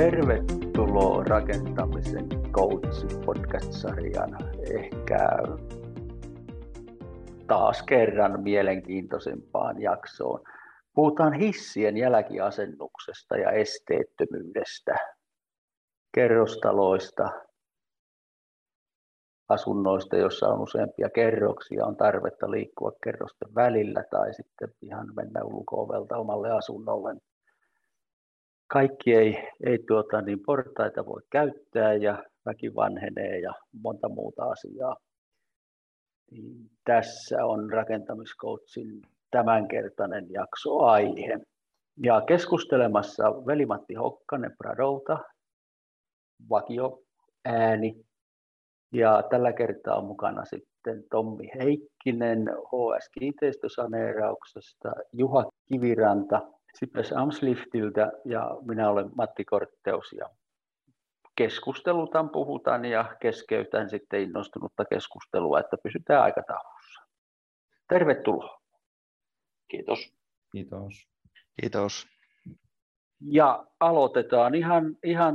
Tervetuloa Rakentamisen Coach podcast-sarjan ehkä taas kerran mielenkiintoisempaan jaksoon. Puhutaan hissien jälkiasennuksesta ja esteettömyydestä, kerrostaloista, asunnoista, joissa on useampia kerroksia, on tarvetta liikkua kerrosten välillä tai sitten ihan mennä ulko-ovelta omalle asunnolle. Kaikki ei portaita voi käyttää ja väki vanhenee ja monta muuta asiaa. Tässä on rakentamiscoachin tämänkertainen jaksoaihe. Ja keskustelemassa Veli-Matti Hokkanen Pradolta, vakio ääni. Ja tällä kertaa on mukana sitten Tommi Heikkinen HS Kiinteistösaneerauksesta, Juha Kiviranta Sipes Amsliftiltä ja minä olen Matti Kortteus ja keskustelutan puhutaan ja keskeytän sitten innostunutta keskustelua, että pysytään aikataulussa. Tervetuloa. Kiitos. Kiitos. Kiitos. Ja aloitetaan ihan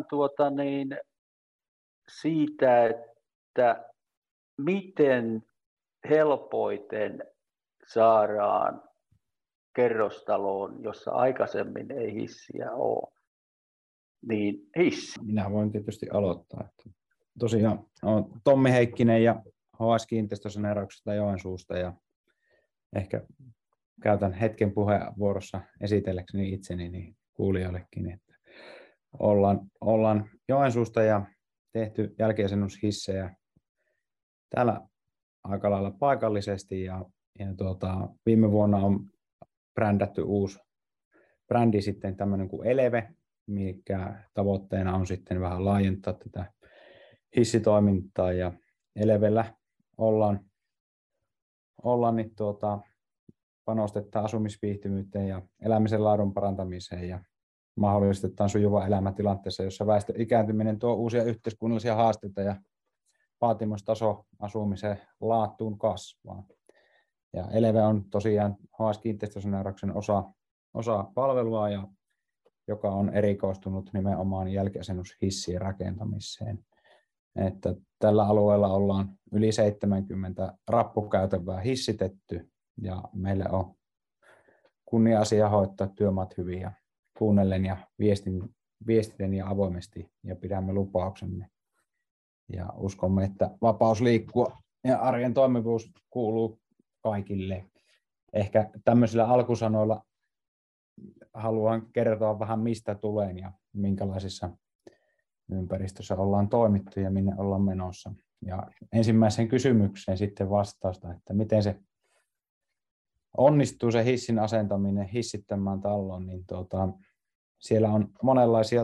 siitä, että miten helpoiten saadaan kerrostaloon, jossa aikaisemmin ei hissiä ole, niin hissi. Minä voin tietysti aloittaa. Tosiaan olen Tommi Heikkinen ja HS Kiinteistösaneerauksesta Joensuusta ja ehkä käytän hetken puheenvuorossa esitelläkseni itseni niin kuulijoillekin, että ollaan Joensuusta ja tehty jälkiasennushissejä täällä aika lailla paikallisesti ja viime vuonna on brändätty uusi brändi sitten tämmöinen kuin Eleve, mikä tavoitteena on sitten vähän laajentaa tätä hissitoimintaa ja Elevellä ollaan niin panostetaan asumisviihtyvyyteen ja elämisen laadun parantamiseen ja mahdollistetaan sujuva elämä tilanteessa, jossa väestön ikääntyminen tuo uusia yhteiskunnallisia haasteita ja vaatimustaso asumisen laatuun kasvaa. Ja Eleve on tosiaan HS Kiinteistösaneerauksen osa palvelua, joka on erikoistunut nimenomaan jälkiasennushissien rakentamiseen. Että tällä alueella ollaan yli 70 rappukäytävää hissitetty ja meille on kunnia-asia hoitaa työmaat hyvin ja kuunnellen ja viestiten ja avoimesti ja pidämme lupauksemme. Ja uskomme, että vapaus liikkua ja arjen toimivuus kuuluu kaikille. Ehkä tämmöisillä alkusanoilla haluan kertoa vähän mistä tulen ja minkälaisissa ympäristössä ollaan toimittu ja minne ollaan menossa. Ja ensimmäiseen kysymykseen sitten vastausta, että miten se onnistuu se hissin asentaminen hissittämään taloon, niin siellä on monenlaisia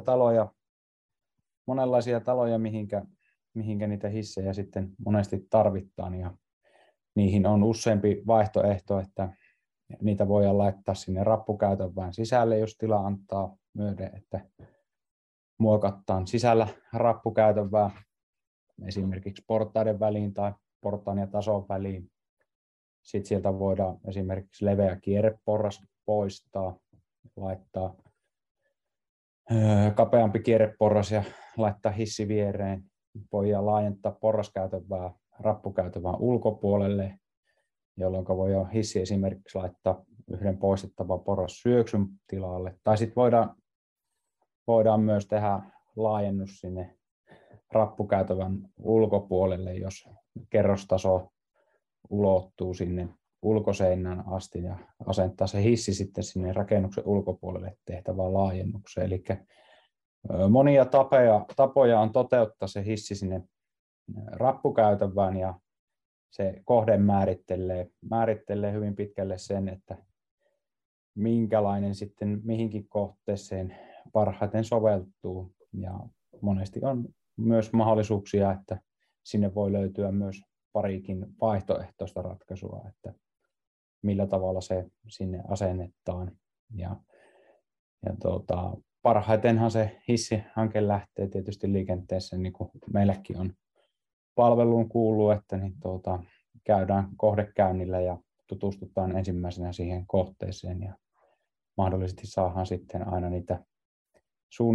taloja, mihinkä niitä hissejä sitten monesti tarvitaan ja niihin on useampi vaihtoehto, että niitä voidaan laittaa sinne rappukäytävään sisälle, jos tila antaa myöden, että muokataan sisällä rappukäytävää esimerkiksi portaiden väliin tai portaan ja tason väliin. Sitten sieltä voidaan esimerkiksi leveä kierreporras poistaa, laittaa kapeampi kierreporras ja laittaa hissi viereen. Voidaan laajentaa porraskäytävää rappukäytävään ulkopuolelle, jolloin voidaan hissi esimerkiksi laittaa yhden poistettavan porras syöksyn tilalle. Tai sitten voidaan myös tehdä laajennus sinne rappukäytävän ulkopuolelle, jos kerrostaso ulottuu sinne ulkoseinään asti ja asentaa se hissi sitten sinne rakennuksen ulkopuolelle tehtävään laajennukseen. Eli monia tapoja on toteuttaa se hissi sinne rappukäytävään ja se kohde määrittelee hyvin pitkälle sen, että minkälainen sitten mihinkin kohteeseen parhaiten soveltuu. Ja monesti on myös mahdollisuuksia, että sinne voi löytyä myös parikin vaihtoehtoista ratkaisua, että millä tavalla se sinne asennetaan. Ja parhaitenhan se hissihanke lähtee tietysti liikenteessä, niin kuin meilläkin on palveluun kuuluu, että käydään kohdekäynnillä ja tutustutaan ensimmäisenä siihen kohteeseen ja mahdollisesti saadaan sitten aina niitä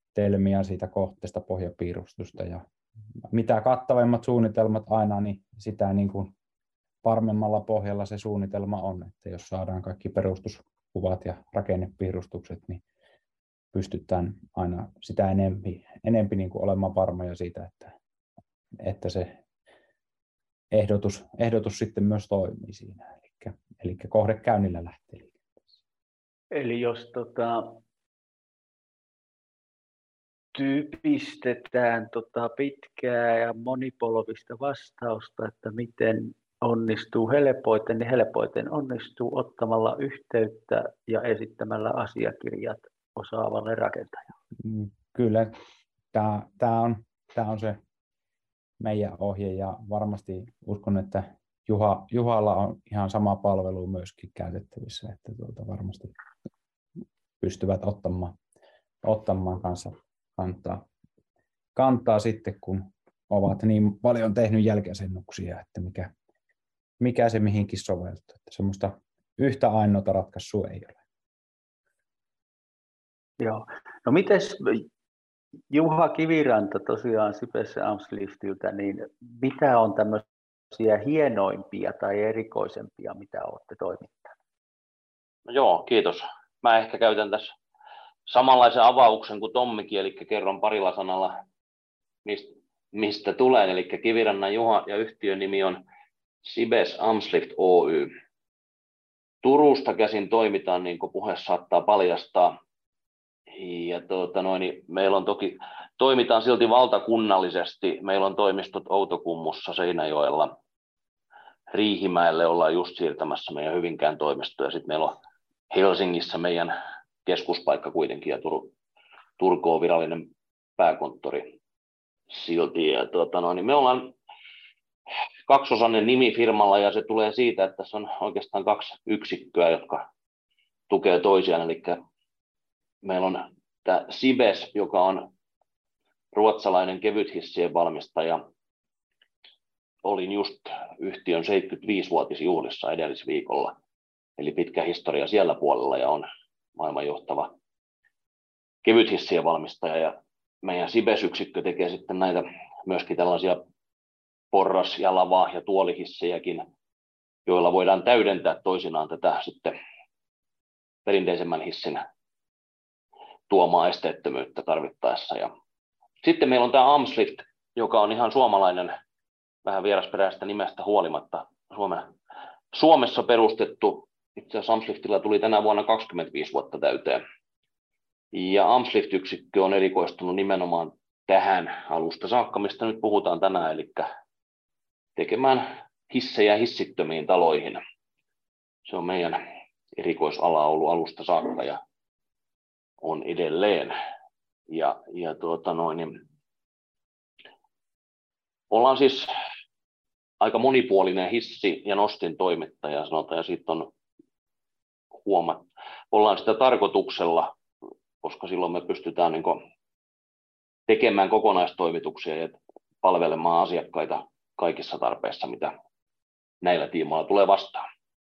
suunnitelmia siitä kohteesta, pohjapiirustusta ja mitä kattavimmat suunnitelmat aina, niin sitä niin kuin varmemmalla pohjalla se suunnitelma on, että jos saadaan kaikki perustuskuvat ja rakennepiirustukset, niin pystytään aina sitä enempi niin kuin olemaan varmoja siitä, että se ehdotus sitten myös toimii siinä, eli kohdekäynnillä lähtee. Eli jos typistetään pitkää ja monipolvista vastausta, että miten onnistuu helpoiten, niin helpoiten onnistuu ottamalla yhteyttä ja esittämällä asiakirjat osaavalle rakentajalle. Kyllä, tämä on se meidän ohje ja varmasti uskon, että Juhalla on ihan sama palvelu myöskin käytettävissä, että varmasti pystyvät ottamaan kanssa kantaa sitten, kun ovat niin paljon tehnyt jälkiasennuksia, että mikä se mihinkin soveltuu. Että semmoista yhtä ainoata ratkaisua ei ole. Joo. No mites Juha Kiviranta tosiaan Sibes Amsliftiltä, niin mitä on tämmöisiä hienoimpia tai erikoisempia, mitä olette toimittaneet? No joo, kiitos. Mä ehkä käytän tässä samanlaisen avauksen kuin Tommikin, eli kerron parilla sanalla, mistä tulen. Eli Kivirannan Juha ja yhtiön nimi on Sibes Amslift Oy. Turusta käsin toimitaan, niin kuin puhe saattaa paljastaa. Ja meillä on toimitaan silti valtakunnallisesti. Meillä on toimistot Outokummussa, Seinäjoella, Riihimäelle ollaan just siirtämässä meidän Hyvinkään toimistoa. Ja sitten meillä on Helsingissä meidän keskuspaikka kuitenkin ja Turku on virallinen pääkonttori silti. Ja me ollaan kaksiosainen nimi firmalla ja se tulee siitä, että tässä on oikeastaan 2 yksikköä, jotka tukee toisiaan. Eli meillä on tämä Sibes, joka on ruotsalainen kevythissien valmistaja. Olin just yhtiön 75-vuotisjuhlissa edellisviikolla, eli pitkä historia siellä puolella ja on maailman johtava kevythissien valmistaja. Ja meidän Sibes-yksikkö tekee sitten näitä myöskin tällaisia porras- ja lava- ja tuolihissejäkin, joilla voidaan täydentää toisinaan tätä sitten perinteisemmän hissin tuomaa esteettömyyttä tarvittaessa. Ja sitten meillä on tämä Amslift, joka on ihan suomalainen, vähän vierasperäistä nimestä huolimatta Suomessa perustettu. Itse asiassa Amsliftilla tuli tänä vuonna 25 vuotta täyteen. Ja Amslift-yksikkö on erikoistunut nimenomaan tähän alusta saakka, mistä nyt puhutaan tänään, eli tekemään hissejä hissittömiin taloihin. Se on meidän erikoisala ollut alusta saakka ja on edelleen. Ollaan siis aika monipuolinen hissi- ja nostin toimittaja, sanotaan, ja siitä on ollaan sitä tarkoituksella, koska silloin me pystytään tekemään kokonaistoimituksia ja palvelemaan asiakkaita kaikissa tarpeissa, mitä näillä tiimoilla tulee vastaan.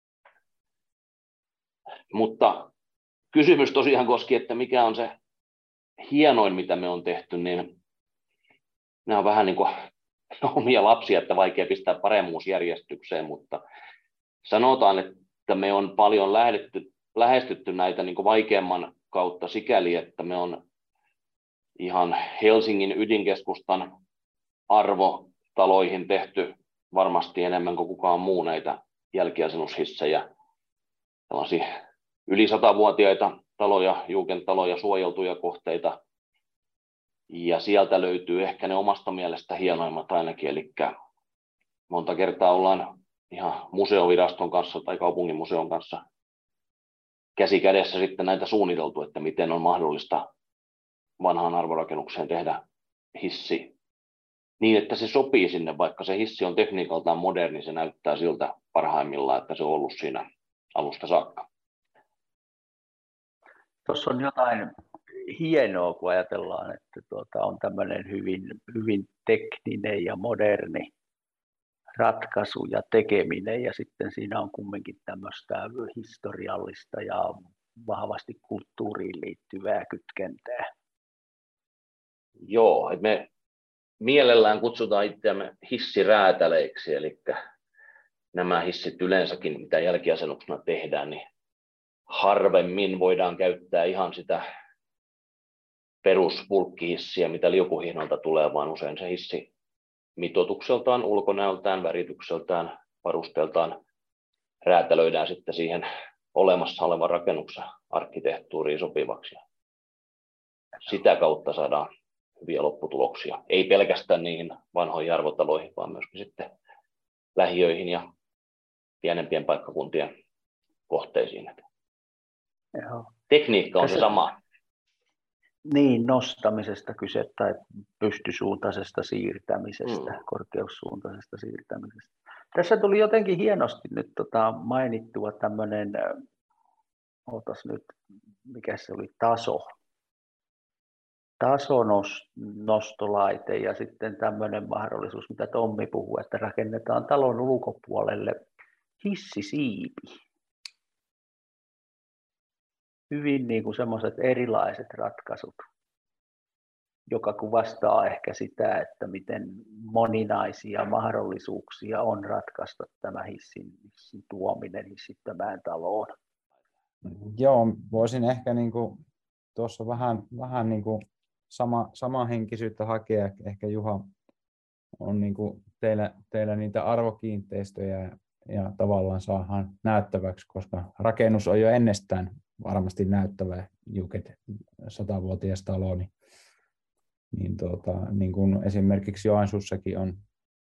Mutta kysymys tosiaan koski, että mikä on se hienoin, mitä me on tehty, niin nämä on vähän niin kuin omia lapsia, että vaikea pistää paremmuusjärjestykseen, mutta sanotaan, että me on paljon lähestytty näitä niin kuin vaikeamman kautta sikäli, että me on ihan Helsingin ydinkeskustan arvotaloihin tehty varmasti enemmän kuin kukaan muu näitä jälkiasennushissejä. Tällaisia yli 100-vuotiaita taloja, jugendtaloja, suojeltuja kohteita. Ja sieltä löytyy ehkä ne omasta mielestä hienoimmat ainakin, eli monta kertaa ollaan ihan museoviraston kanssa tai kaupungin museon kanssa käsi kädessä sitten näitä suunniteltu, että miten on mahdollista vanhaan arvorakennukseen tehdä hissi niin, että se sopii sinne, vaikka se hissi on tekniikaltaan moderni, se näyttää siltä parhaimmillaan, että se on ollut siinä alusta saakka. Tuossa on jotain hienoa, kun ajatellaan, että on tämmöinen hyvin tekninen ja moderni ratkaisu ja tekeminen, ja sitten siinä on kumminkin tämmöistä historiallista ja vahvasti kulttuuriin liittyvää kytkentää. Joo, että me mielellään kutsutaan itseämme hissiräätäleiksi, eli nämä hissit yleensäkin, mitä jälkiasennuksena tehdään, niin harvemmin voidaan käyttää ihan sitä peruspulkkihissiä, mitä liukuhihnalta tulee, vaan usein se hissi mitoitukseltaan, ulkonäöltään, väritykseltään, varusteeltaan räätälöidään sitten siihen olemassa olevan rakennuksen arkkitehtuuriin sopivaksi. Sitä kautta saadaan hyviä lopputuloksia. Ei pelkästään niihin vanhoihin arvotaloihin, vaan myöskin sitten lähiöihin ja pienempien paikkakuntien kohteisiin. Joo. Tekniikka on se sama. Niin, nostamisesta kyse tai pystysuuntaisesta siirtämisestä, korkeussuuntaisesta siirtämisestä. Tässä tuli jotenkin hienosti nyt mainittua tämmöinen, nyt, mikä se oli, tasonostolaite ja sitten tämmöinen mahdollisuus, mitä Tommi puhui, että rakennetaan talon ulkopuolelle hissisiipi. Hyvin niin kuin semmoiset erilaiset ratkaisut, joka kuvastaa ehkä sitä, että miten moninaisia mahdollisuuksia on ratkaista tämä hissin tuominen hissittömään taloon. Joo, voisin ehkä niin kuin tuossa vähän niin kuin samanhenkisyyttä hakea. Ehkä Juha on niin kuin teillä niitä arvokiinteistöjä ja tavallaan saadaan näyttäväksi, koska rakennus on jo ennestään varmasti näyttävä Juket 100-vuotias talo, niin kuin esimerkiksi Joensuussakin on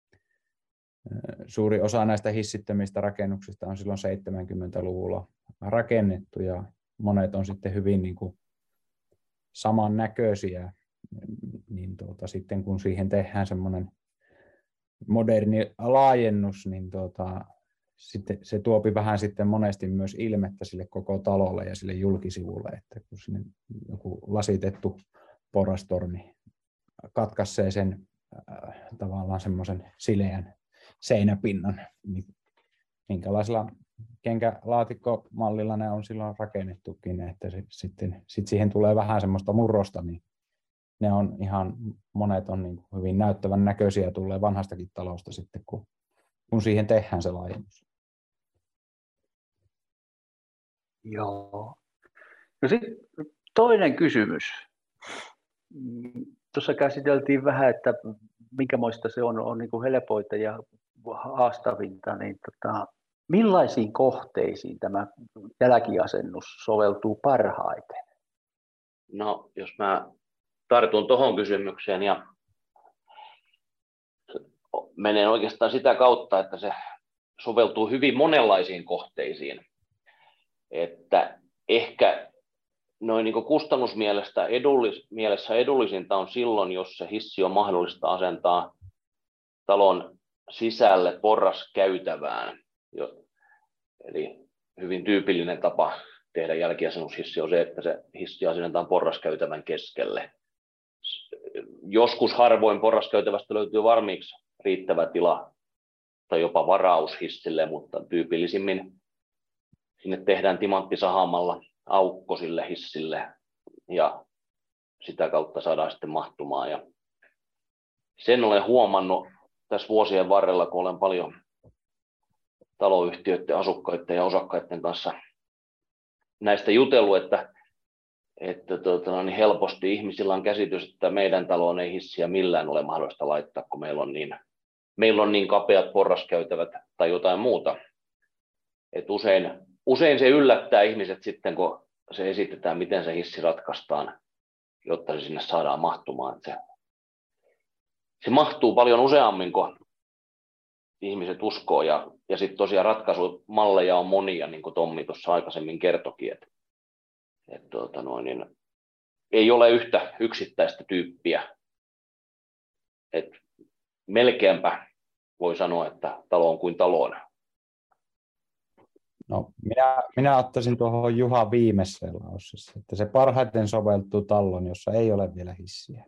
suuri osa näistä hissittömistä rakennuksista on silloin 70-luvulla rakennettu ja monet on sitten hyvin niin kuin samannäköisiä, niin sitten kun siihen tehdään semmoinen moderni laajennus, niin sitten se tuopi vähän sitten monesti myös ilmettä sille koko talolle ja sille julkisivulle, että kun sinne joku lasitettu porrastorni katkaisee sen tavallaan semmoisen sileän seinäpinnan, niin minkälaisella kenkälaatikkomallilla ne on silloin rakennettukin, että sitten siihen tulee vähän semmoista murrosta, niin ne on ihan, monet on niin hyvin näyttävän näköisiä, tulee vanhastakin talosta sitten, kun siihen tehdään se laajennus. Joo. No sitten toinen kysymys. Tuossa käsiteltiin vähän, että minkämoista se on niin kuin helpoita ja haastavinta, niin millaisiin kohteisiin tämä jälkiasennus soveltuu parhaiten? No, jos mä tartun tuohon kysymykseen ja menen oikeastaan sitä kautta, että se soveltuu hyvin monenlaisiin kohteisiin. Että ehkä noin niin kuin kustannusmielessä edullisinta on silloin, jos se hissi on mahdollista asentaa talon sisälle porraskäytävään. Eli hyvin tyypillinen tapa tehdä jälkiasennushissi on se, että se hissi asennetaan porraskäytävän keskelle. Joskus harvoin porraskäytävästä löytyy valmiiksi riittävä tila tai jopa varaus hissille, mutta tyypillisimmin sinne tehdään timanttisahaamalla aukko sille hissille ja sitä kautta saadaan sitten mahtumaan. Ja sen olen huomannut tässä vuosien varrella, kun olen paljon taloyhtiöiden asukkaiden ja osakkaiden kanssa näistä jutellut, että niin helposti ihmisillä on käsitys, että meidän taloon ei hissiä millään ole mahdollista laittaa, kun meillä on niin kapeat porraskäytävät tai jotain muuta. Et usein se yllättää ihmiset sitten, kun se esitetään, miten se hissi ratkaistaan, jotta se sinne saadaan mahtumaan. Se mahtuu paljon useammin kuin ihmiset uskoo, ja sitten tosiaan ratkaisumalleja on monia, niin kuin Tommi tuossa aikaisemmin kertoikin, niin ei ole yhtä yksittäistä tyyppiä. Melkeinpä voi sanoa, että talo on kuin taloon. No, minä ottaisin tuohon Juha viimeiseen lauseessa, että se parhaiten soveltuu taloon, jossa ei ole vielä hissiä.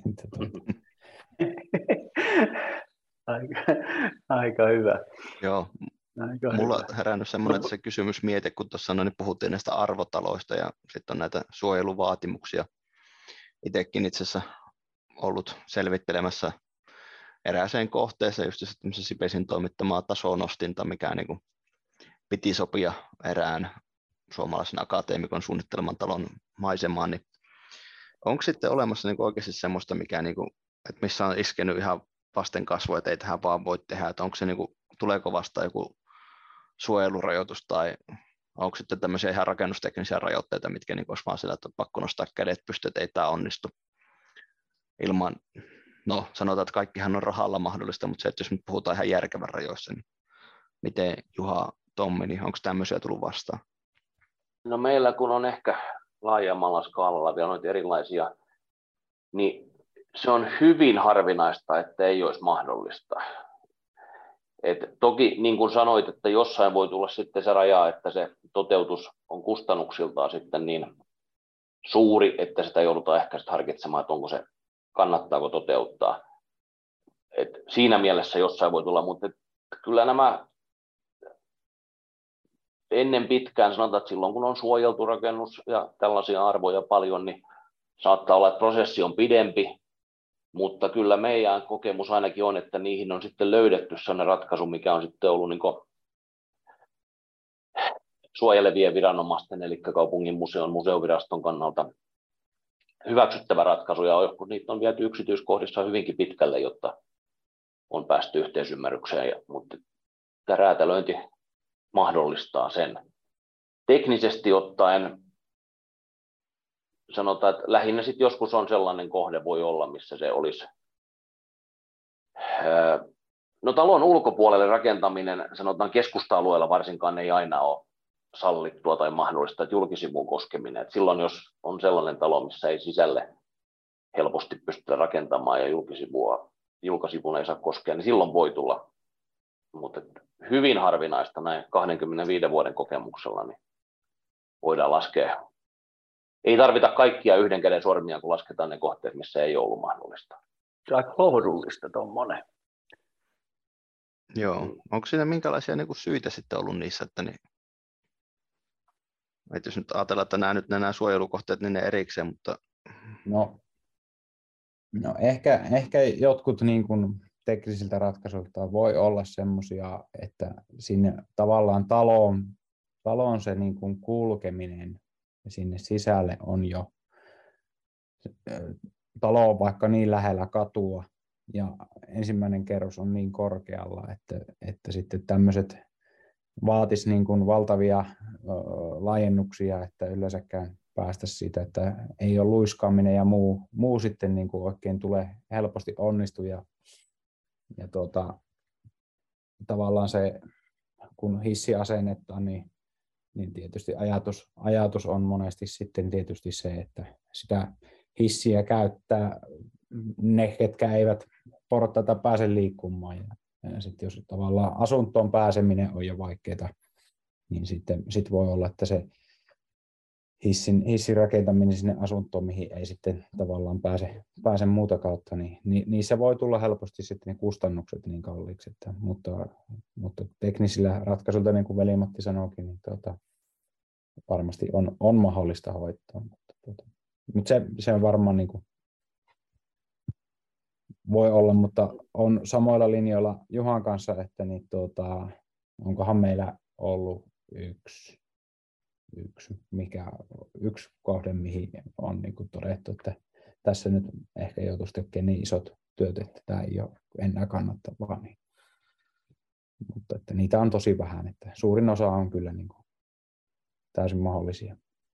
Aika hyvä. Joo. Mulla on herännyt semmoinen se kysymysmiete, kun tuossa puhuttiin näistä arvotaloista ja sitten on näitä suojeluvaatimuksia. Itsekin itse asiassa ollut selvittelemässä erääseen kohteeseen just tämmöisen Sipesin toimittamaa tasonostinta, mikä niin kuin piti sopia erään suomalaisen akateemikon suunnitteleman talon maisemaan, niin onko sitten olemassa niin kuin oikeasti semmoista, mikä, niin kuin, että missä on iskenyt ihan vasten kasvoja, että ei tähän vaan voi tehdä, että onko se, niin kuin, tuleeko vasta joku suojelurajoitus tai onko sitten tämmöisiä ihan rakennusteknisiä rajoitteita, mitkä niin olisi vaan sillä, että on pakko nostaa kädet pystyyn, että ei tämä onnistu ilman, no sanotaan, että kaikkihan on rahalla mahdollista, mutta se, että jos nyt puhutaan ihan järkevän rajoissa, niin miten Juha, Tommi, niin onko tämmöisiä tullut vastaan? No meillä kun on ehkä laajemmalla skaalalla vielä noita erilaisia, niin se on hyvin harvinaista, että ei olisi mahdollista. Et toki niin kuin sanoit, että jossain voi tulla sitten se raja, että se toteutus on kustannuksiltaan sitten niin suuri, että sitä joudutaan ehkä sitten harkitsemaan, että onko se, kannattaako toteuttaa. Et siinä mielessä jossain voi tulla, mutta kyllä nämä ennen pitkään sanotaan, että silloin kun on suojeltu rakennus ja tällaisia arvoja paljon, niin saattaa olla, että prosessi on pidempi, mutta kyllä meidän kokemus ainakin on, että niihin on sitten löydetty sellainen ratkaisu, mikä on sitten ollut niin suojelevien viranomaisten, eli kaupungin museoviraston kannalta hyväksyttävä ratkaisu, ja niitä on viety yksityiskohdissa hyvinkin pitkälle, jotta on päästy yhteisymmärrykseen, mutta tämä räätälöinti mahdollistaa sen. Teknisesti ottaen sanotaan, että lähinnä sitten joskus on sellainen kohde voi olla, missä se olisi. No talon ulkopuolelle rakentaminen, sanotaan keskusta-alueella varsinkaan ei aina ole sallittua tai mahdollista, että julkisivuun koskeminen. Että silloin jos on sellainen talo, missä ei sisälle helposti pystytä rakentamaan ja julkisivuun ei saa koskea, niin silloin voi tulla. Mutta hyvin harvinaista näin 25 vuoden kokemuksella niin voidaan laskea. Ei tarvita kaikkia yhden käden sormia, kun lasketaan ne kohteet, missä ei ollut mahdollista. Se on aika lohdullista tuommoinen. Joo. Onko siinä minkälaisia niin kuin syitä sitten ollut niissä, että jos nyt ajatellaan, että nämä suojelukohteet, niin ne erikseen, mutta... No ehkä jotkut niin kuin teknisiltä ratkaisuilta voi olla semmoisia, että sinne tavallaan taloon se niin kuin kulkeminen ja sinne sisälle on jo talo on vaikka niin lähellä katua ja ensimmäinen kerros on niin korkealla, että sitten tämmöiset vaatisi niin kuin valtavia laajennuksia, että yleensäkään päästä siitä, että ei ole luiskaaminen ja muu sitten niin kuin oikein tulee helposti onnistu ja tavallaan se, kun hissi asennetaan, niin tietysti ajatus on monesti sitten tietysti se, että sitä hissiä käyttää ne, ketkä eivät portaita pääse liikkumaan. Ja sitten jos tavallaan asuntoon pääseminen on jo vaikeaa, niin sitten voi olla, että se hissin rakentaminen sinne asuntoon, mihin ei sitten tavallaan pääse muuta kautta, niin se voi tulla helposti sitten ne kustannukset niin kalliiksi. Mutta teknisillä ratkaisuilla, niin kuin Veli-Matti sanoikin, niin varmasti on mahdollista hoitaa. Mutta se on varmaan niin kuin voi olla, mutta on samoilla linjoilla Juhan kanssa, että onkohan meillä ollut yksi kohde, mihin on niin kuin todettu, että tässä nyt ehkä joutuisi tekemään niin isot työt, että tämä ei ole enää kannattavaa. Mutta että niitä on tosi vähän, että suurin osa on kyllä niin kuin täysin mahdollisia.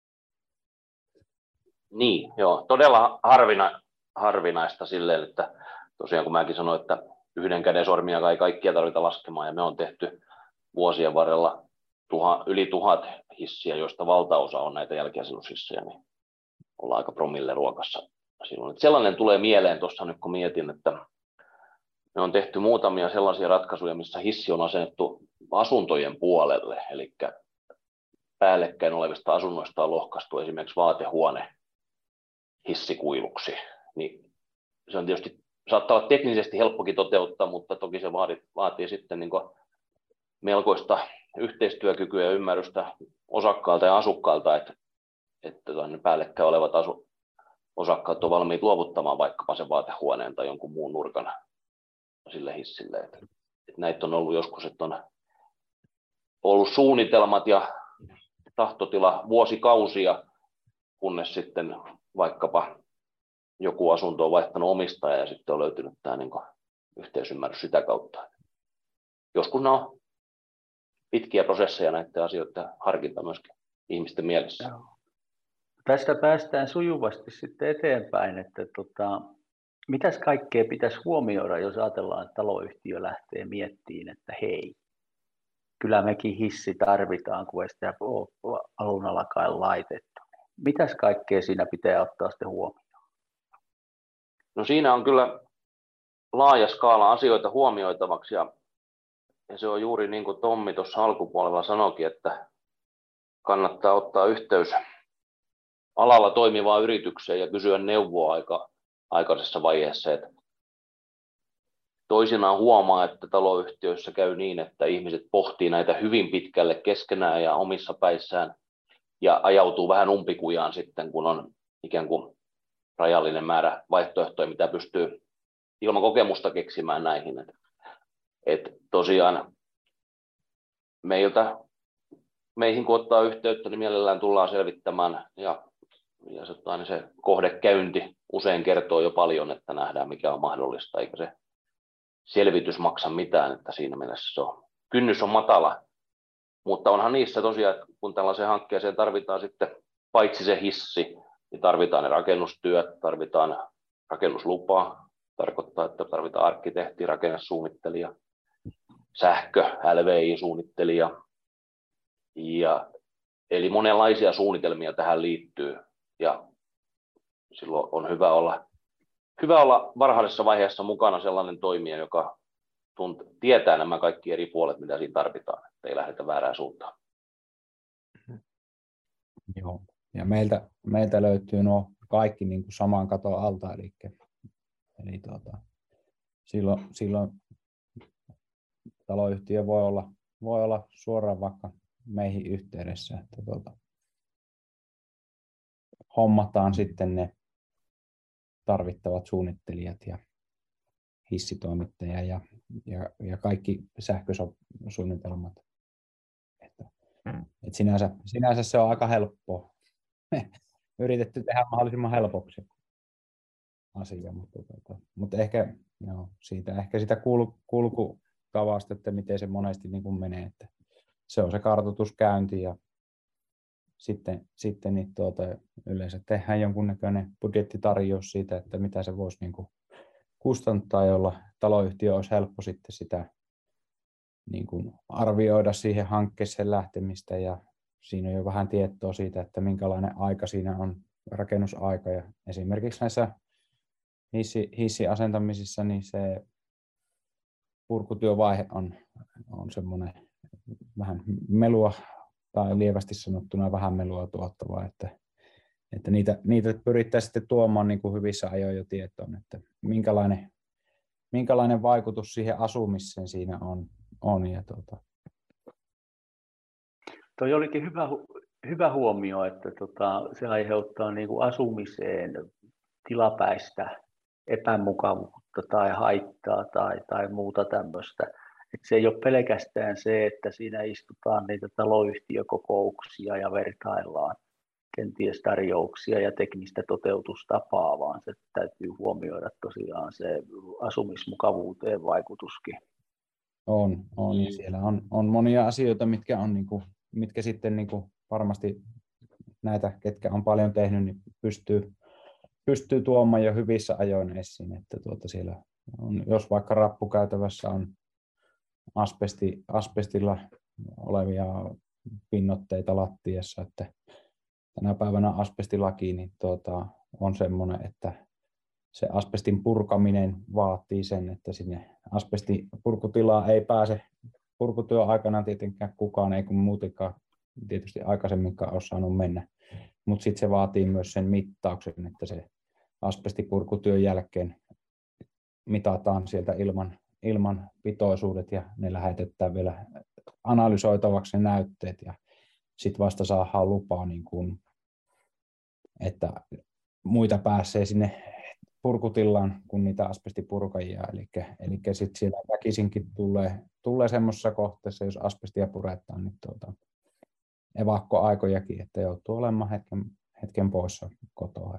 Niin, joo, todella harvinaista silleen, että tosiaan kun mäkin sanoin, että yhden käden sormia ei kaikkia tarvita laskemaan, ja me on tehty vuosien varrella yli 1000 hissiä, joista valtaosa on näitä jälkiasennushissejä, niin ollaan aika promille ruokassa silloin. Että sellainen tulee mieleen tuossa nyt, kun mietin, että me on tehty muutamia sellaisia ratkaisuja, missä hissi on asennettu asuntojen puolelle, eli päällekkäin olevista asunnoista on lohkaistu esimerkiksi vaatehuone hissikuiluksi. Niin se on tietysti, saattaa olla teknisesti helppokin toteuttaa, mutta toki se vaatii sitten niin kuin melkoista yhteistyökykyä ja ymmärrystä osakkaalta ja asukkaalta, että päällekkäin olevat osakkaat on valmiit luovuttamaan vaikkapa sen vaatehuoneen tai jonkun muun nurkan sille hissille. Et näitä on ollut joskus, että on ollut suunnitelmat ja tahtotila vuosikausia, kunnes sitten vaikkapa joku asunto on vaihtanut omistajaa ja sitten on löytynyt tämä niin kuin yhteisymmärrys sitä kautta. Joskus ne on pitkiä prosesseja näiden asioiden harkinta myöskin ihmisten mielessä. Joo. Tästä päästään sujuvasti sitten eteenpäin, että mitäs kaikkea pitäisi huomioida, jos ajatellaan, että taloyhtiö lähtee miettimään, että hei, kyllä mekin hissi tarvitaan, kun ei sitä ole alun alkaen laitettu. Mitäs kaikkea siinä pitää ottaa sitten huomioon? No siinä on kyllä laaja skaala asioita huomioitavaksi ja se on juuri niin kuin Tommi tuossa alkupuolella sanoikin, että kannattaa ottaa yhteys alalla toimivaan yritykseen ja kysyä neuvoa aikaisessa vaiheessa. Että toisinaan huomaa, että taloyhtiöissä käy niin, että ihmiset pohtii näitä hyvin pitkälle keskenään ja omissa päissään ja ajautuu vähän umpikujaan sitten, kun on ikään kuin rajallinen määrä vaihtoehtoja, mitä pystyy ilman kokemusta keksimään näihin. Et tosiaan meihin kun ottaa yhteyttä, niin mielellään tullaan selvittämään ja se kohdekäynti usein kertoo jo paljon, että nähdään mikä on mahdollista, eikä se selvitys maksa mitään, että siinä mielessä kynnys on matala, mutta onhan niissä tosiaan, että kun tällaiseen hankkeeseen tarvitaan sitten paitsi se hissi, niin tarvitaan ne rakennustyöt, tarvitaan rakennuslupa, tarkoittaa, että tarvitaan arkkitehti, rakennesuunnittelija, sähkö, LVI-suunnittelija, eli monenlaisia suunnitelmia tähän liittyy, ja silloin on hyvä olla varhaisessa vaiheessa mukana sellainen toimija, joka tietää nämä kaikki eri puolet, mitä siinä tarvitaan, että ei lähdetä väärään suuntaan. Joo, ja meiltä löytyy nuo kaikki niin kuin saman katon alta, eli silloin taloyhtiö voi olla suoraan vaikka meihin yhteydessä, että hommataan sitten ne tarvittavat suunnittelijat ja hissitoimittaja ja kaikki sähkösuunnitelmat. Että sinänsä se on aika helppoa. Yritetty tehdä mahdollisimman helpoksi asia, mutta ehkä sitä kulkutavasta, että miten se monesti niin kuin menee, että se on se kartoituskäynti ja sitten niin yleensä tehdään jonkunnäköinen budjettitarjous siitä, että mitä se voisi niin kuin kustantaa, jolla taloyhtiö olisi helppo sitten sitä niin kuin arvioida siihen hankkeeseen lähtemistä ja siinä on jo vähän tietoa siitä, että minkälainen aika siinä on, rakennusaika ja esimerkiksi näissä hissiasentamisissa niin se purkutyövaihe on semmoinen vähän melua tai lievästi sanottuna vähän melua tuottavaa, että niitä pyrittäisiin sitten tuomaan niin kuin hyvissä ajoin jo tietoon, että minkälainen vaikutus siihen asumiseen siinä on. Ja Toi olikin hyvä huomio, että se aiheuttaa niin kuin asumiseen tilapäistä epämukavuutta tai haittaa tai muuta tämmöistä. Että se ei ole pelkästään se, että siinä istutaan niitä taloyhtiökokouksia ja vertaillaan kenties tarjouksia ja teknistä toteutustapaa, vaan se täytyy huomioida tosiaan se asumismukavuuteen vaikutuskin. On. Ja siellä on monia asioita, mitkä sitten niin kuin varmasti näitä, ketkä on paljon tehnyt, niin pystyy tuomaan jo hyvissä ajoin esiin, että siellä on, jos vaikka rappukäytävässä on asbestilla olevia pinnotteita lattiassa, että tänä päivänä asbestilaki niin on semmoinen, että se asbestin purkaminen vaatii sen, että sinne asbestipurkutilaan ei pääse purkutyön aikana tietenkään kukaan, ei kun muutenkaan tietysti aikaisemminkaan ole saanut mennä, mutta sitten se vaatii myös sen mittauksen, että se asbestipurkutyön jälkeen mitataan sieltä ilman pitoisuudet ja ne lähetetään vielä analysoitavaksi ne näytteet ja sitten vasta saadaan lupaa, niin kun, että muita pääsee sinne purkutilaan kuin niitä asbestipurkajia. Eli sitten siellä väkisinkin tulee semmoisessa kohteessa, jos asbestia puretaan, niin evakkoaikojakin, että joutuu olemaan hetken poissa kotoa.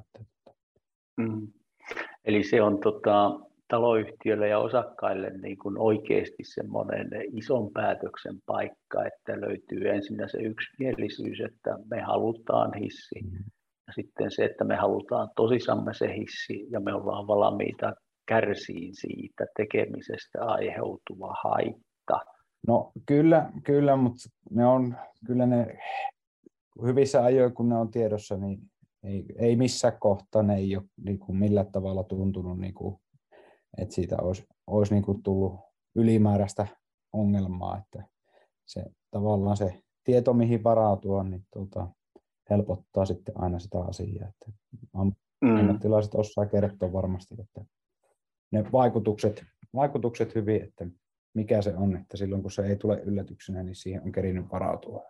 Eli se on taloyhtiöille ja osakkaille niin kuin oikeasti semmoinen ison päätöksen paikka, että löytyy ensin se yksimielisyys, että me halutaan hissi. Ja sitten se, että me halutaan tosissamme se hissi ja me ollaan valmiita kärsiin siitä tekemisestä aiheutuva haitta. No kyllä, mutta ne hyvissä ajoin, kun ne on tiedossa, niin ei missään kohtaa ne ei ole niin kuin millään tavalla tuntunut, niin kuin, että siitä olisi niin kuin tullut ylimääräistä ongelmaa, että se tavallaan se tieto, mihin varautua, niin helpottaa sitten aina sitä asiaa. Että ammattilaiset osaa kertoa varmasti, että ne vaikutukset hyvin, että mikä se on, että silloin kun se ei tule yllätyksenä, niin siihen on kerinyt varautua.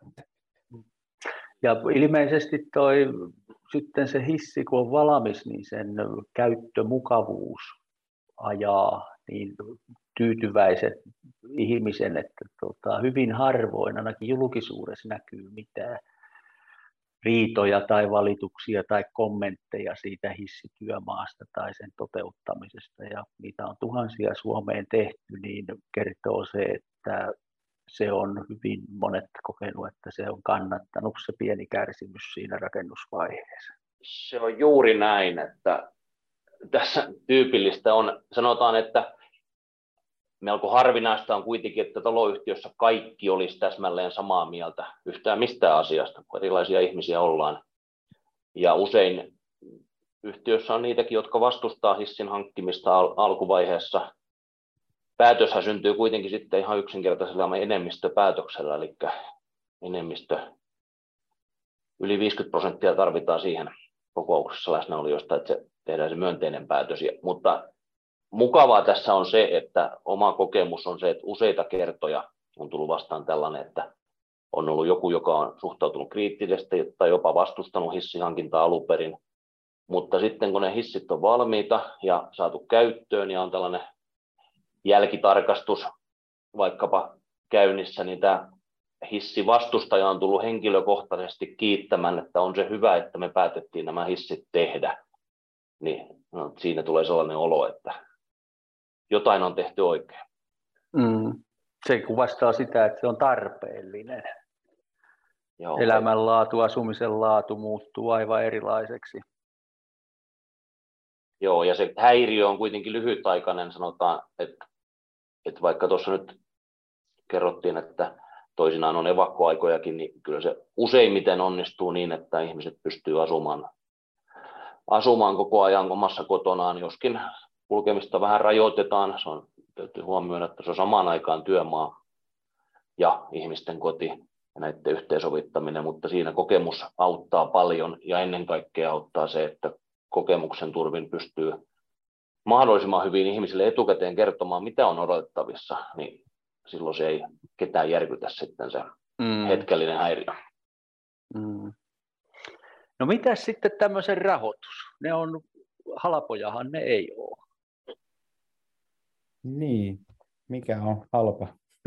Ja ilmeisesti sitten se hissi, kun on valmis, niin sen käyttömukavuus ajaa niin tyytyväiset ihmisen, että hyvin harvoin ainakin julkisuudessa näkyy mitään riitoja tai valituksia tai kommentteja siitä hissityömaasta tai sen toteuttamisesta. Ja niitä on tuhansia Suomeen tehty, niin kertoo se, että se on hyvin monet kokenut, että se on kannattanut se pieni kärsimys siinä rakennusvaiheessa. Se on juuri näin, että tässä tyypillistä on, sanotaan, että melko harvinaista on kuitenkin, että taloyhtiössä kaikki olisi täsmälleen samaa mieltä yhtään mistään asiasta, kun erilaisia ihmisiä ollaan. Ja usein yhtiössä on niitäkin, jotka vastustaa hissin hankkimista alkuvaiheessa. Päätöshän syntyy kuitenkin sitten ihan yksinkertaisella enemmistöpäätöksellä, eli enemmistö yli 50% tarvitaan siihen kokouksessa läsnäolijoista, että se tehdään se myönteinen päätös. Mutta mukavaa tässä on se, että oma kokemus on se, että useita kertoja on tullut vastaan tällainen, että on ollut joku, joka on suhtautunut kriittisesti tai jopa vastustanut hissihankintaa alun perin. Mutta sitten kun ne hissit on valmiita ja saatu käyttöön ja on tällainen jälkitarkastus vaikkapa käynnissä, niin tämä hissivastustaja on tullut henkilökohtaisesti kiittämään, että on se hyvä, että me päätettiin nämä hissit tehdä. Niin siinä tulee sellainen olo, että jotain on tehty oikein. Se kuvastaa sitä, että se on tarpeellinen. Joo, elämänlaatu, asumisen laatu muuttuu aivan erilaiseksi. Joo, ja se häiriö on kuitenkin lyhytaikainen, sanotaan, että vaikka tuossa nyt kerrottiin, että toisinaan on evakkoaikojakin, niin kyllä se useimmiten onnistuu niin, että ihmiset pystyy asumaan koko ajan omassa kotonaan, joskin kulkemista vähän rajoitetaan. Se on, täytyy huomioida, että se on samaan aikaan työmaa ja ihmisten koti ja näiden yhteensovittaminen, mutta siinä kokemus auttaa paljon ja ennen kaikkea auttaa se, että kokemuksen turvin pystyy mahdollisimman hyvin ihmisille etukäteen kertomaan, mitä on odotettavissa, niin silloin se ei ketään järkytä sitten se hetkellinen häiriö. No mitäs sitten tämmöisen rahoitus? Ne on, halpojahan ne ei ole. Niin, mikä on halpa?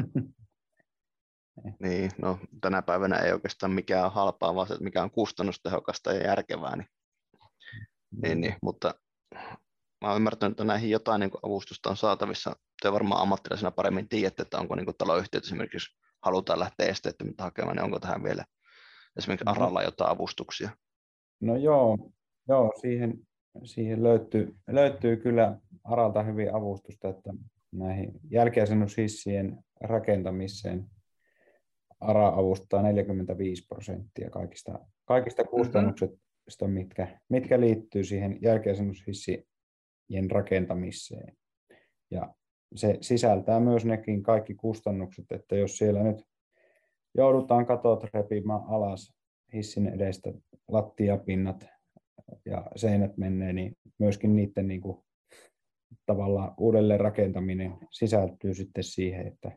Niin, no tänä päivänä ei oikeastaan mikään ole halpaa, vaan se, että mikä on kustannustehokasta ja järkevää. Niin, mutta mä oon ymmärtänyt, että näihin jotain niin avustusta on saatavissa. Te varmaan ammattilaisena paremmin tiedätte, että onko niin taloyhtiöt esimerkiksi halutaan lähteä esteettömyyttä hakemaan, niin onko tähän vielä esimerkiksi ARAlla jotain avustuksia? No joo siihen löytyy kyllä ARAlta hyvin avustusta, että näihin jälkiasennushissien rakentamiseen ARA avustaa 45% kaikista kustannuksista, mitkä liittyy siihen jälkiasennushissien rakentamiseen. Ja se sisältää myös nekin kaikki kustannukset, että jos siellä nyt joudutaan katot repimään alas hissin edestä, lattiapinnat ja seinät menee, niin myöskin niiden niin kuin, tavallaan uudelleen rakentaminen sisältyy sitten siihen, että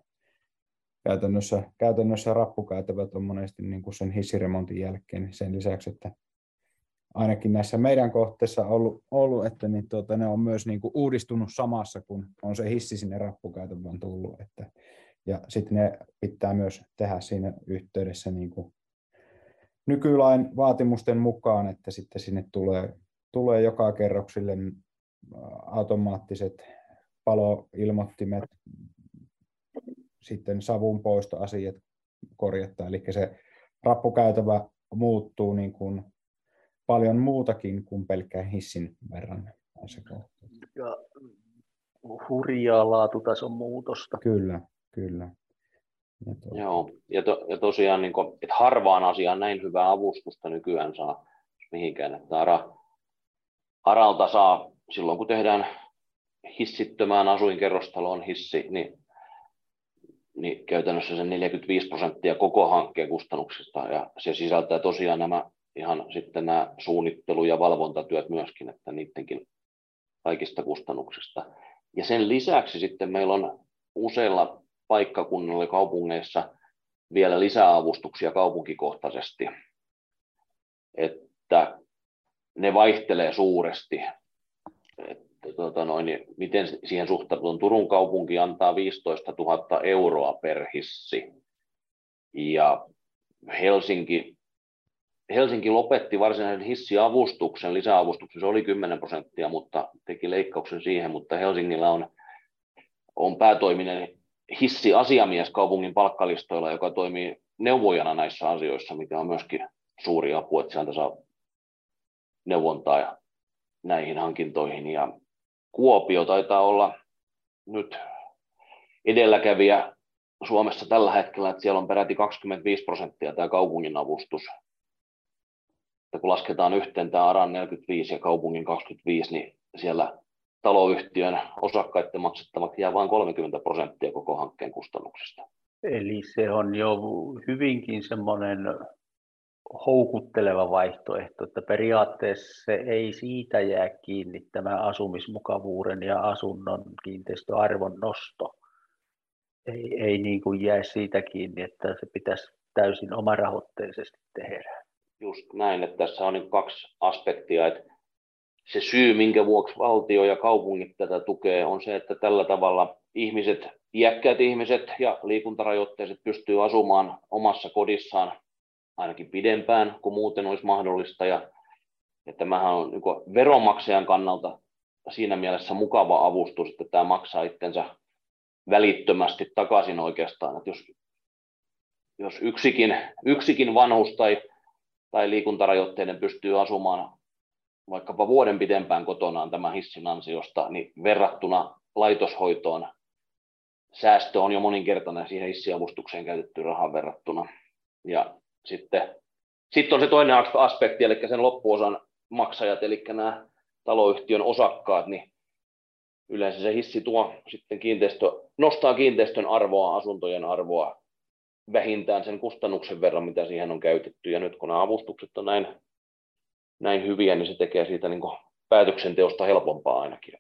käytännössä rappukäytävät on monesti niin kuin sen hissiremontin jälkeen sen lisäksi, että ainakin näissä meidän kohteissa ollut että niin ne on myös niin kuin uudistunut samassa, kun on se hissi sinne rappukäytävään tullut. Ja sitten ne pitää myös tehdä siinä yhteydessä niin kuin nykylain vaatimusten mukaan, että sitten sinne tulee joka kerroksille automaattiset paloilmoittimet, sitten savunpoistoasiat korjattaa, eli se rappukäytävä muuttuu niin kuin paljon muutakin kuin pelkkään hissin verran. Ja hurjaa laatutason muutosta. Kyllä. Joo, ja tosiaan, niin kuin, että harvaan asiaan näin hyvää avustusta nykyään saa mihinkään. Että ARAlta saa silloin, kun tehdään hissittömään asuinkerrostaloon hissi, niin käytännössä sen 45% koko hankkeen kustannuksista, ja se sisältää tosiaan sitten nämä suunnittelu- ja valvontatyöt myöskin, että niidenkin kaikista kustannuksista. Ja sen lisäksi sitten meillä on useilla paikkakunnilla ja kaupungeissa vielä lisäavustuksia kaupunkikohtaisesti, että ne vaihtelee suuresti. Miten siihen suhtautuu? Turun kaupunki antaa 15 000 euroa per hissi, ja Helsinki lopetti varsinaisen hissiavustuksen, lisäavustuksen, se oli 10%, mutta teki leikkauksen siihen, mutta Helsingillä on päätoiminen hissiasiamies kaupungin palkkalistoilla, joka toimii neuvojana näissä asioissa, mikä on myöskin suuri apu, että sieltä saa neuvontaa näihin hankintoihin. Ja Kuopio taitaa olla nyt edelläkävijä Suomessa tällä hetkellä, että siellä on peräti 25% tämä kaupungin avustus. Ja kun lasketaan yhteen tämä ARAn 45 ja kaupungin 25, niin siellä taloyhtiön osakkaiden maksettavaksi jää vain 30% koko hankkeen kustannuksista. Eli se on jo hyvinkin semmoinen houkutteleva vaihtoehto, että periaatteessa se ei siitä jää kiinni tämä asumismukavuuden ja asunnon kiinteistöarvon nosto. Ei niin kuin jää siitä kiinni, että se pitäisi täysin omarahoitteisesti tehdä. Just näin, että tässä on 2 aspektia, että se syy, minkä vuoksi valtio ja kaupungit tätä tukee, on se, että tällä tavalla iäkkäät ihmiset ja liikuntarajoitteiset pystyy asumaan omassa kodissaan ainakin pidempään kuin muuten olisi mahdollista. Ja tämähän on niin veronmaksajan kannalta siinä mielessä mukava avustus, että tämä maksaa itsensä välittömästi takaisin oikeastaan. Että jos yksikin vanhus tai liikuntarajoitteinen pystyy asumaan vaikkapa vuoden pidempään kotonaan tämän hissin ansiosta, niin verrattuna laitoshoitoon säästö on jo moninkertainen siihen hissiavustukseen käytettyyn rahaan verrattuna. Ja sitten on se toinen aspekti, eli sen loppuosan maksajat, eli nämä taloyhtiön osakkaat, niin yleensä se hissi tuo sitten nostaa kiinteistön arvoa, asuntojen arvoa vähintään sen kustannuksen verran, mitä siihen on käytetty. Ja nyt kun nämä avustukset on näin hyviä, niin se tekee siitä niin kuin päätöksenteosta helpompaa ainakin.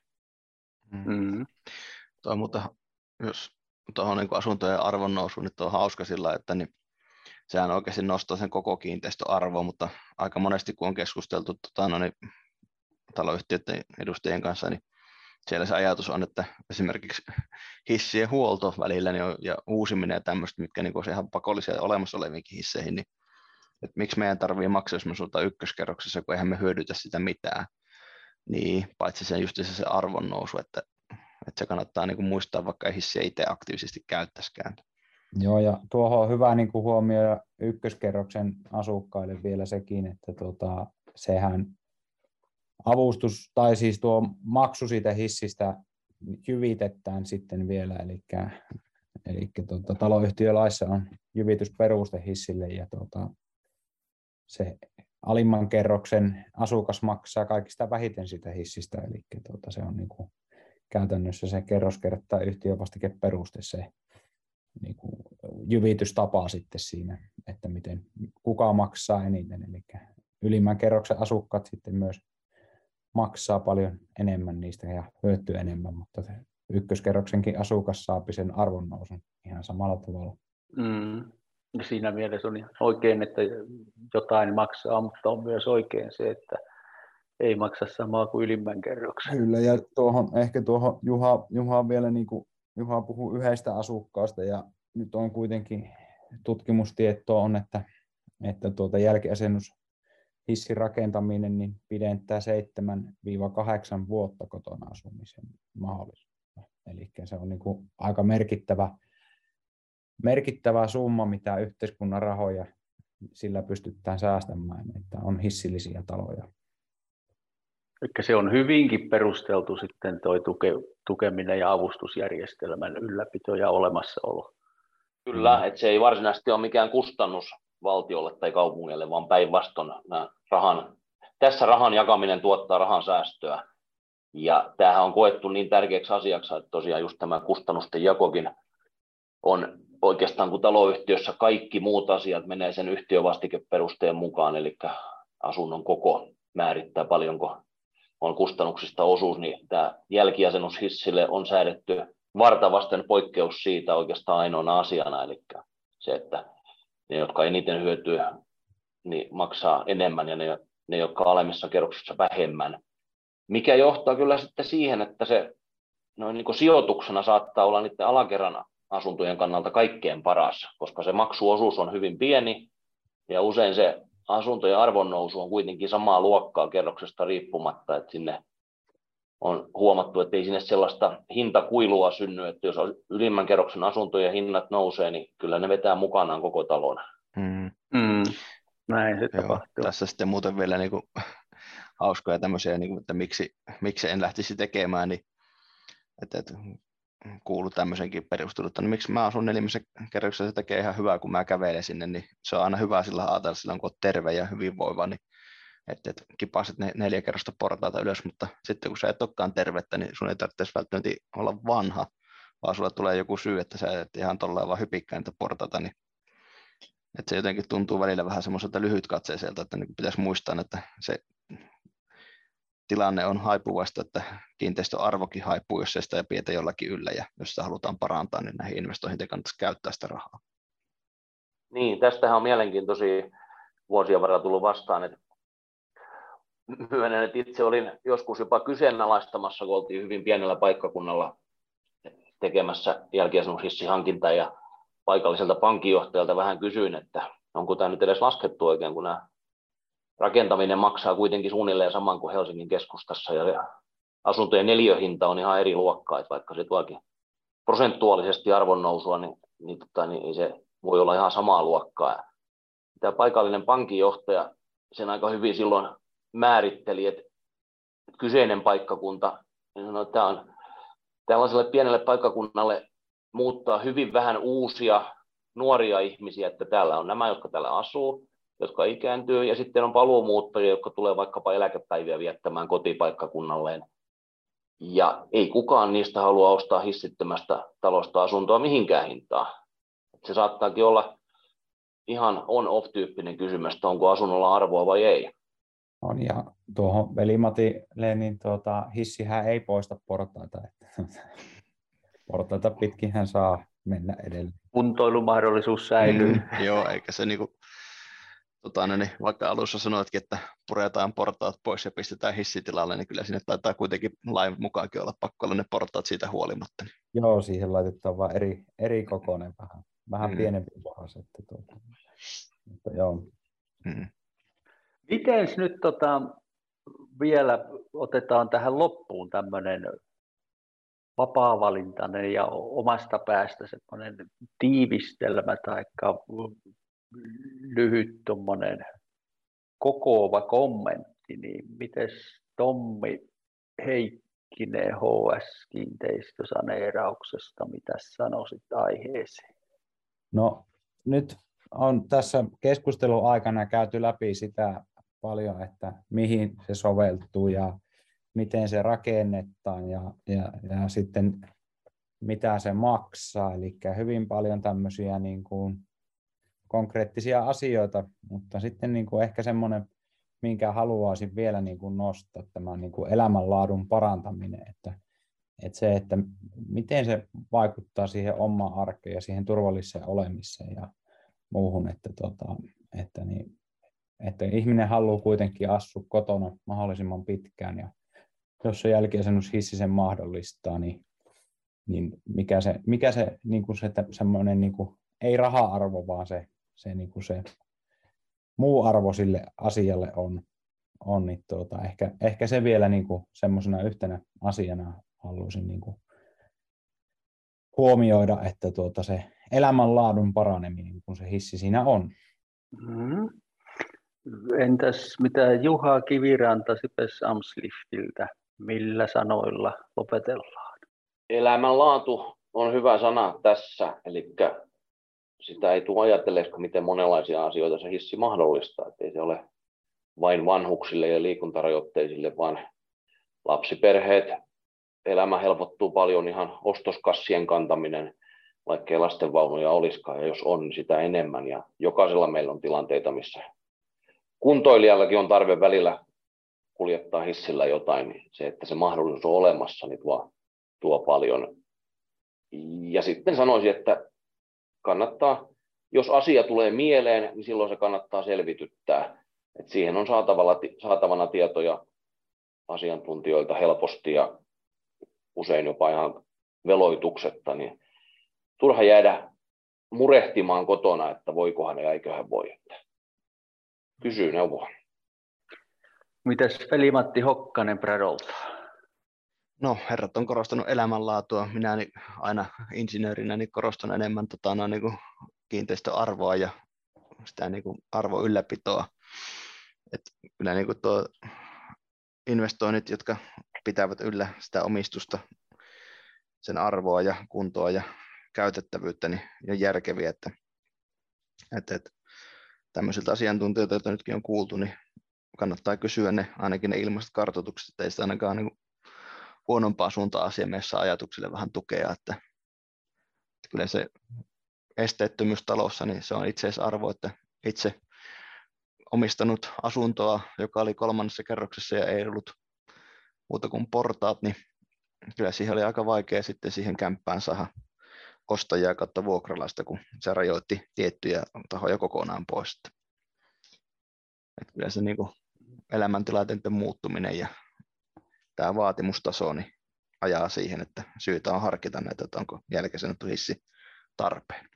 Mutta jos tuohon niin asuntojen arvon nousuun, niin on hauska sillä, että niin sehän oikeasti nostaa sen koko kiinteistöarvoa, mutta aika monesti kun on keskusteltu taloyhtiöiden edustajien kanssa, niin siellä se ajatus on, että esimerkiksi hissien huolto välillä niin ja uusiminen ja tämmöistä, mitkä niin on ihan pakollisia olemassa oleviinkin hisseihin, niin että miksi meidän tarvitsee maksaa, jos me asutaan ykköskerroksessa, kun eihän me hyödytä sitä mitään. Niin, paitsi sen just se arvon nousu, että se kannattaa niin kuin muistaa, vaikka ei hissiä itse aktiivisesti käyttäisikään. Joo, ja tuohon on hyvä niin kuin huomioida ykköskerroksen asukkaille vielä sekin, että sehän avustus tai siis tuo maksu siitä hissistä jyvitetään sitten vielä, eli taloyhtiölaissa on jyvitysperuste hissille ja se alimman kerroksen asukas maksaa kaikista vähiten sitä hissistä, eli se on niin kuin käytännössä se kerroskerta yhtiövastikeperuste se niin kuin jyvitystapa sitten siinä, että kuka maksaa eniten, eli ylimmän kerroksen asukkaat sitten myös maksaa paljon enemmän niistä ja hyötyy enemmän, mutta ykköskerroksenkin asukas saapi sen arvonnousun ihan samalla tavalla. Siinä mielessä on oikein, että jotain maksaa, mutta on myös oikein se, että ei maksa samaa kuin ylimmän kerroksen. Kyllä, ja ehkä tuohon Juha vielä, niin kuin Juha puhui yhdestä asukkaasta, ja nyt on kuitenkin tutkimustietoa on, että jälkiasennus hissin rakentaminen niin pidentää 7-8 vuotta kotona asumisen mahdollisuutta. Eli se on niin kuin aika merkittävä summa, mitä yhteiskunnan rahoja sillä pystytään säästämään, että on hissillisiä taloja. Eli se on hyvinkin perusteltu sitten tuo tukeminen ja avustusjärjestelmän ylläpito ja olemassaolo. Kyllä, että se ei varsinaisesti ole mikään kustannus valtiolle tai kaupungille, vaan päinvastoin tässä rahan jakaminen tuottaa rahan säästöä. Ja tämähän on koettu niin tärkeäksi asiaksi, että tosiaan just tämä kustannusten jakokin on oikeastaan, kun taloyhtiössä kaikki muut asiat menee sen yhtiövastikeperusteen mukaan, eli asunnon koko määrittää paljonko on kustannuksista osuus, niin tämä jälkiasennus hissille on säädetty vartavasten poikkeus siitä oikeastaan ainoana asiana, eli se, että ne, jotka eniten hyötyy, niin maksaa enemmän ja ne jotka alemmissa kerroksissa vähemmän, mikä johtaa kyllä sitten siihen, että se noin niin kuin sijoituksena saattaa olla niiden alakerran asuntojen kannalta kaikkein paras, koska se maksuosuus on hyvin pieni ja usein se asuntojen arvonnousu on kuitenkin samaa luokkaa kerroksesta riippumatta, että sinne on huomattu, että ei sinne sellaista hintakuilua synny, että jos ylimmän kerroksen asuntojen hinnat nousee, niin kyllä ne vetää mukanaan koko talon. Näin se tapahtuu. Tässä sitten muuten vielä niin kuin hauskoja tämmöisiä, niin kuin, että miksi en lähtisi tekemään, niin että kuuluu tämmöisenkin perustelut, että no, miksi mä asun 4. kerroksessa, se tekee ihan hyvää, kun mä kävelen sinne, niin se on aina hyvä sillä ajatella silloin, kun olet terve ja hyvinvoiva, niin että kipasit ne 4 kerrosta portaita ylös, mutta sitten kun sä et olekaan tervettä, niin sun ei tarvitse välttämättä olla vanha, vaan sulla tulee joku syy, että sä et ihan tolleen vaan hypikkää niitä portaita, niin että se jotenkin tuntuu välillä vähän semmoiselta lyhytkatseiselta, että niin pitäisi muistaa, että se tilanne on haipuvasta, että kiinteistön arvokin haipuu, jos se sitä pidetä jollakin yllä, ja jos sitä halutaan parantaa, niin näihin investoihin kannattaisi käyttää sitä rahaa. Niin, tästähän on mielenkiintoisia vuosien varrella tullut vastaan, että myönnän, että itse olin joskus jopa kyseenalaistamassa, kun oltiin hyvin pienellä paikkakunnalla tekemässä jälkiasennushissihankintaa, ja paikalliselta pankinjohtajalta vähän kysyin, että onko tämä nyt edes laskettu oikein, kun nämä rakentaminen maksaa kuitenkin suunnilleen saman kuin Helsingin keskustassa, ja asuntojen neliöhinta on ihan eri luokkaa, että vaikka se tuokin prosentuaalisesti arvonnousua, niin se voi olla ihan samaa luokkaa. Tämä paikallinen pankinjohtaja sen aika hyvin silloin määritteli, että kyseinen paikkakunta, niin sanoi, että tämä on tällaiselle pienelle paikkakunnalle muuttaa hyvin vähän uusia nuoria ihmisiä, että täällä on nämä, jotka täällä asuu, jotka ikääntyy, ja sitten on paluumuuttajia, jotka tulee vaikkapa eläkepäiviä viettämään kotipaikkakunnalleen. Ja ei kukaan niistä halua ostaa hissittömästä talosta asuntoa mihinkään hintaan. Se saattaakin olla ihan on-off-tyyppinen kysymys, että onko asunnolla arvoa vai ei. On, ja tuohon Veli-Matille, niin hissihän ei poista portaita. Portaita pitkin hän saa mennä edelleen. Kuntoilumahdollisuus säilyy. Joo, eikä se niin vaikka alussa sanoitkin, että puretaan portaat pois ja pistetään hissitilalle, niin kyllä sinne taitaa kuitenkin lain mukaankin olla pakko olla ne portaat siitä huolimatta. Joo, siihen laitetaan vaan eri kokoinen, vähän pienempi pohjas. Mutta joo. Miten nyt vielä otetaan tähän loppuun tämmöinen vapaa-valintainen ja omasta päästä semmoinen tiivistelmä tai lyhyt tommonen kokoava kommentti, niin mites Tommi Heikkinen HS-kiinteistösaneerauksesta, mitä sanoisit aiheeseen? No nyt on tässä keskustelun aikana käyty läpi sitä paljon, että mihin se soveltuu ja miten se rakennetaan ja sitten mitä se maksaa. Eli hyvin paljon tämmöisiä niin kuin konkreettisia asioita, mutta sitten niin kuin ehkä semmoinen, minkä haluaisin vielä niin kuin nostaa, tämä niin kuin elämänlaadun parantaminen, että se, että miten se vaikuttaa siihen omaan arkeen ja siihen turvalliseen olemiseen. muuhun, että ihminen haluaa kuitenkin asua kotona mahdollisimman pitkään, ja jos se jälkiasennus hissi sen mahdollistaa, niin mikä se niin kuin se semmoinen niin kuin, ei raha-arvo, vaan se niin kuin se muu arvo sille asialle on niin ehkä se vielä niin kuin semmoisena yhtenä asiana haluaisin niin kuin huomioida, että se elämänlaadun paraneminen, kun se hissi siinä on. Mm. Entäs mitä Juha Kiviranta Sipes Amsliftiltä, millä sanoilla lopetellaan? Elämänlaatu on hyvä sana tässä, eli sitä ei tule ajatelleeksi, miten monenlaisia asioita se hissi mahdollistaa. Että ei se ole vain vanhuksille ja liikuntarajoitteisille, vaan lapsiperheet. Elämä helpottuu paljon, ihan ostoskassien kantaminen, vaikkei lastenvaunuja olisikaan, ja jos on, niin sitä enemmän. Ja jokaisella meillä on tilanteita, missä kuntoilijallakin on tarve välillä kuljettaa hissillä jotain, niin se, että se mahdollisuus on olemassa, niin tuo paljon. Ja sitten sanoisin, että kannattaa, jos asia tulee mieleen, niin silloin se kannattaa selvityttää. Et siihen on saatavana tietoja asiantuntijoilta helposti ja usein jopa ihan veloituksetta, niin turha jäädä murehtimaan kotona, että voikohan ja eiköhän voi. Kysy neuvoa. Mitäs Veli-Matti Hokkanen Bradolta? No, herrat on korostanut elämänlaatua. Minä aina insinöörinä korostan enemmän niin kuin kiinteistöarvoa ja sitä niin kuin arvon ylläpitoa. Et kyllä niin kuin tuo investoinnit, jotka pitävät yllä sitä omistusta, sen arvoa ja kuntoa ja käytettävyyttä, niin on järkeviä, että tämmöisiltä asiantuntijoilta, joita nytkin on kuultu, niin kannattaa kysyä ainakin ne ilmaiset kartoitukset, että ei sitä ainakaan niin huonompaa suuntaa asiamiessä ajatuksille vähän tukea, että kyllä se esteettömyys talossa, niin se on itseisarvo, että itse omistanut asuntoa, joka oli 3. kerroksessa ja ei ollut muuta kuin portaat, niin kyllä siihen oli aika vaikea sitten siihen kämppään saada ostajaa kautta vuokralaista, kun se rajoitti tiettyjä tahoja kokonaan pois. Että kyllä se niin kuin elämäntilanteiden muuttuminen ja tämä vaatimustaso niin ajaa siihen, että syytä on harkita näitä, että onko jälkiasennettu hissi tarpeen.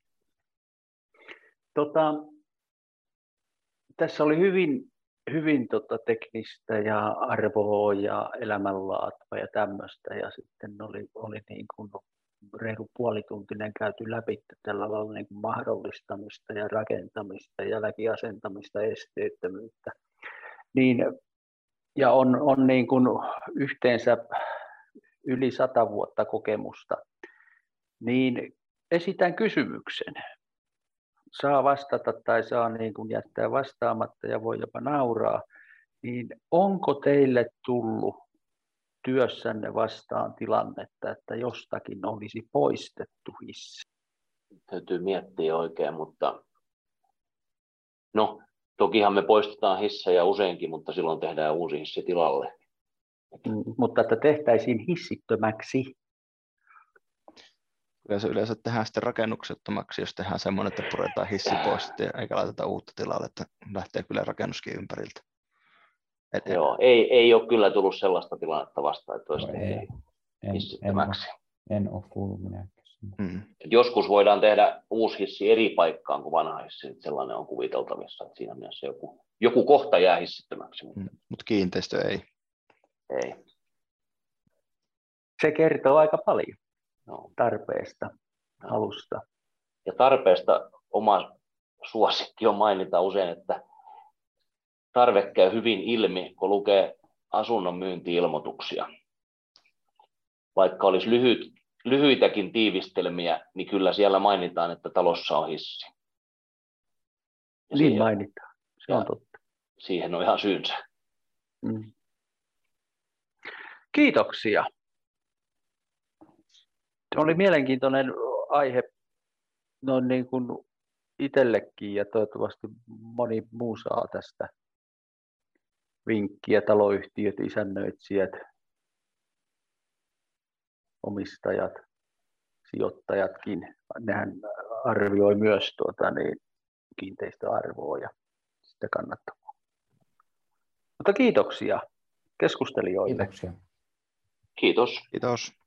Tässä oli hyvin teknistä ja arvoa ja elämänlaatua ja tämmöistä, ja sitten oli niin kuin reilu puolituntinen käyty läpi tällä lailla niin kuin mahdollistamista ja rakentamista ja läpiasentamista, esteettömyyttä. Niin, ja on niin kuin yhteensä yli 100 vuotta kokemusta, niin esitän kysymyksen. Saa vastata tai saa niin kuin jättää vastaamatta ja voi jopa nauraa, niin onko teille tullut työssänne vastaan tilannetta, että jostakin olisi poistettu hissi? Täytyy miettiä oikein, mutta no, tokihan me poistetaan hissejä useinkin, mutta silloin tehdään uusi hissi tilalle. Mutta että tehtäisiin hissittömäksi. Kyllä se yleensä tehdään sitten rakennuksettomaksi, jos tehdään semmoinen, että puretaan hissi pois eikä laiteta uutta tilalle, että lähtee kyllä rakennuskin ympäriltä. Joo, ei ole kyllä tullut sellaista tilannetta vastaan, että olisi hissittömäksi. En ole kuullut minäkään. Joskus voidaan tehdä uusi hissi eri paikkaan kuin vanha hissi, että sellainen on kuviteltavissa, että siinä mielessä joku kohta jää hissittömäksi. Mutta kiinteistö ei. Ei. Se kertoo aika paljon tarpeesta, halusta. Ja tarpeesta oma suosikki on mainita usein, että tarve käy hyvin ilmi, kun lukee asunnon myynti-ilmoituksia. Vaikka olisi lyhyitäkin tiivistelmiä, niin kyllä siellä mainitaan, että talossa on hissi. Ja niin mainitaan, se on totta. Siihen on ihan syynsä. Kiitoksia. Se oli mielenkiintoinen aihe noin niin kuin itsellekin ja toivottavasti moni muu saa tästä vinkkiä, taloyhtiöt, isännöitsijät, omistajat, sijoittajatkin. Nehän arvioi myös kiinteistöarvoa ja sitä kannattavuutta. Mutta kiitoksia keskustelijoille. Kiitoksia. Kiitos. Kiitos.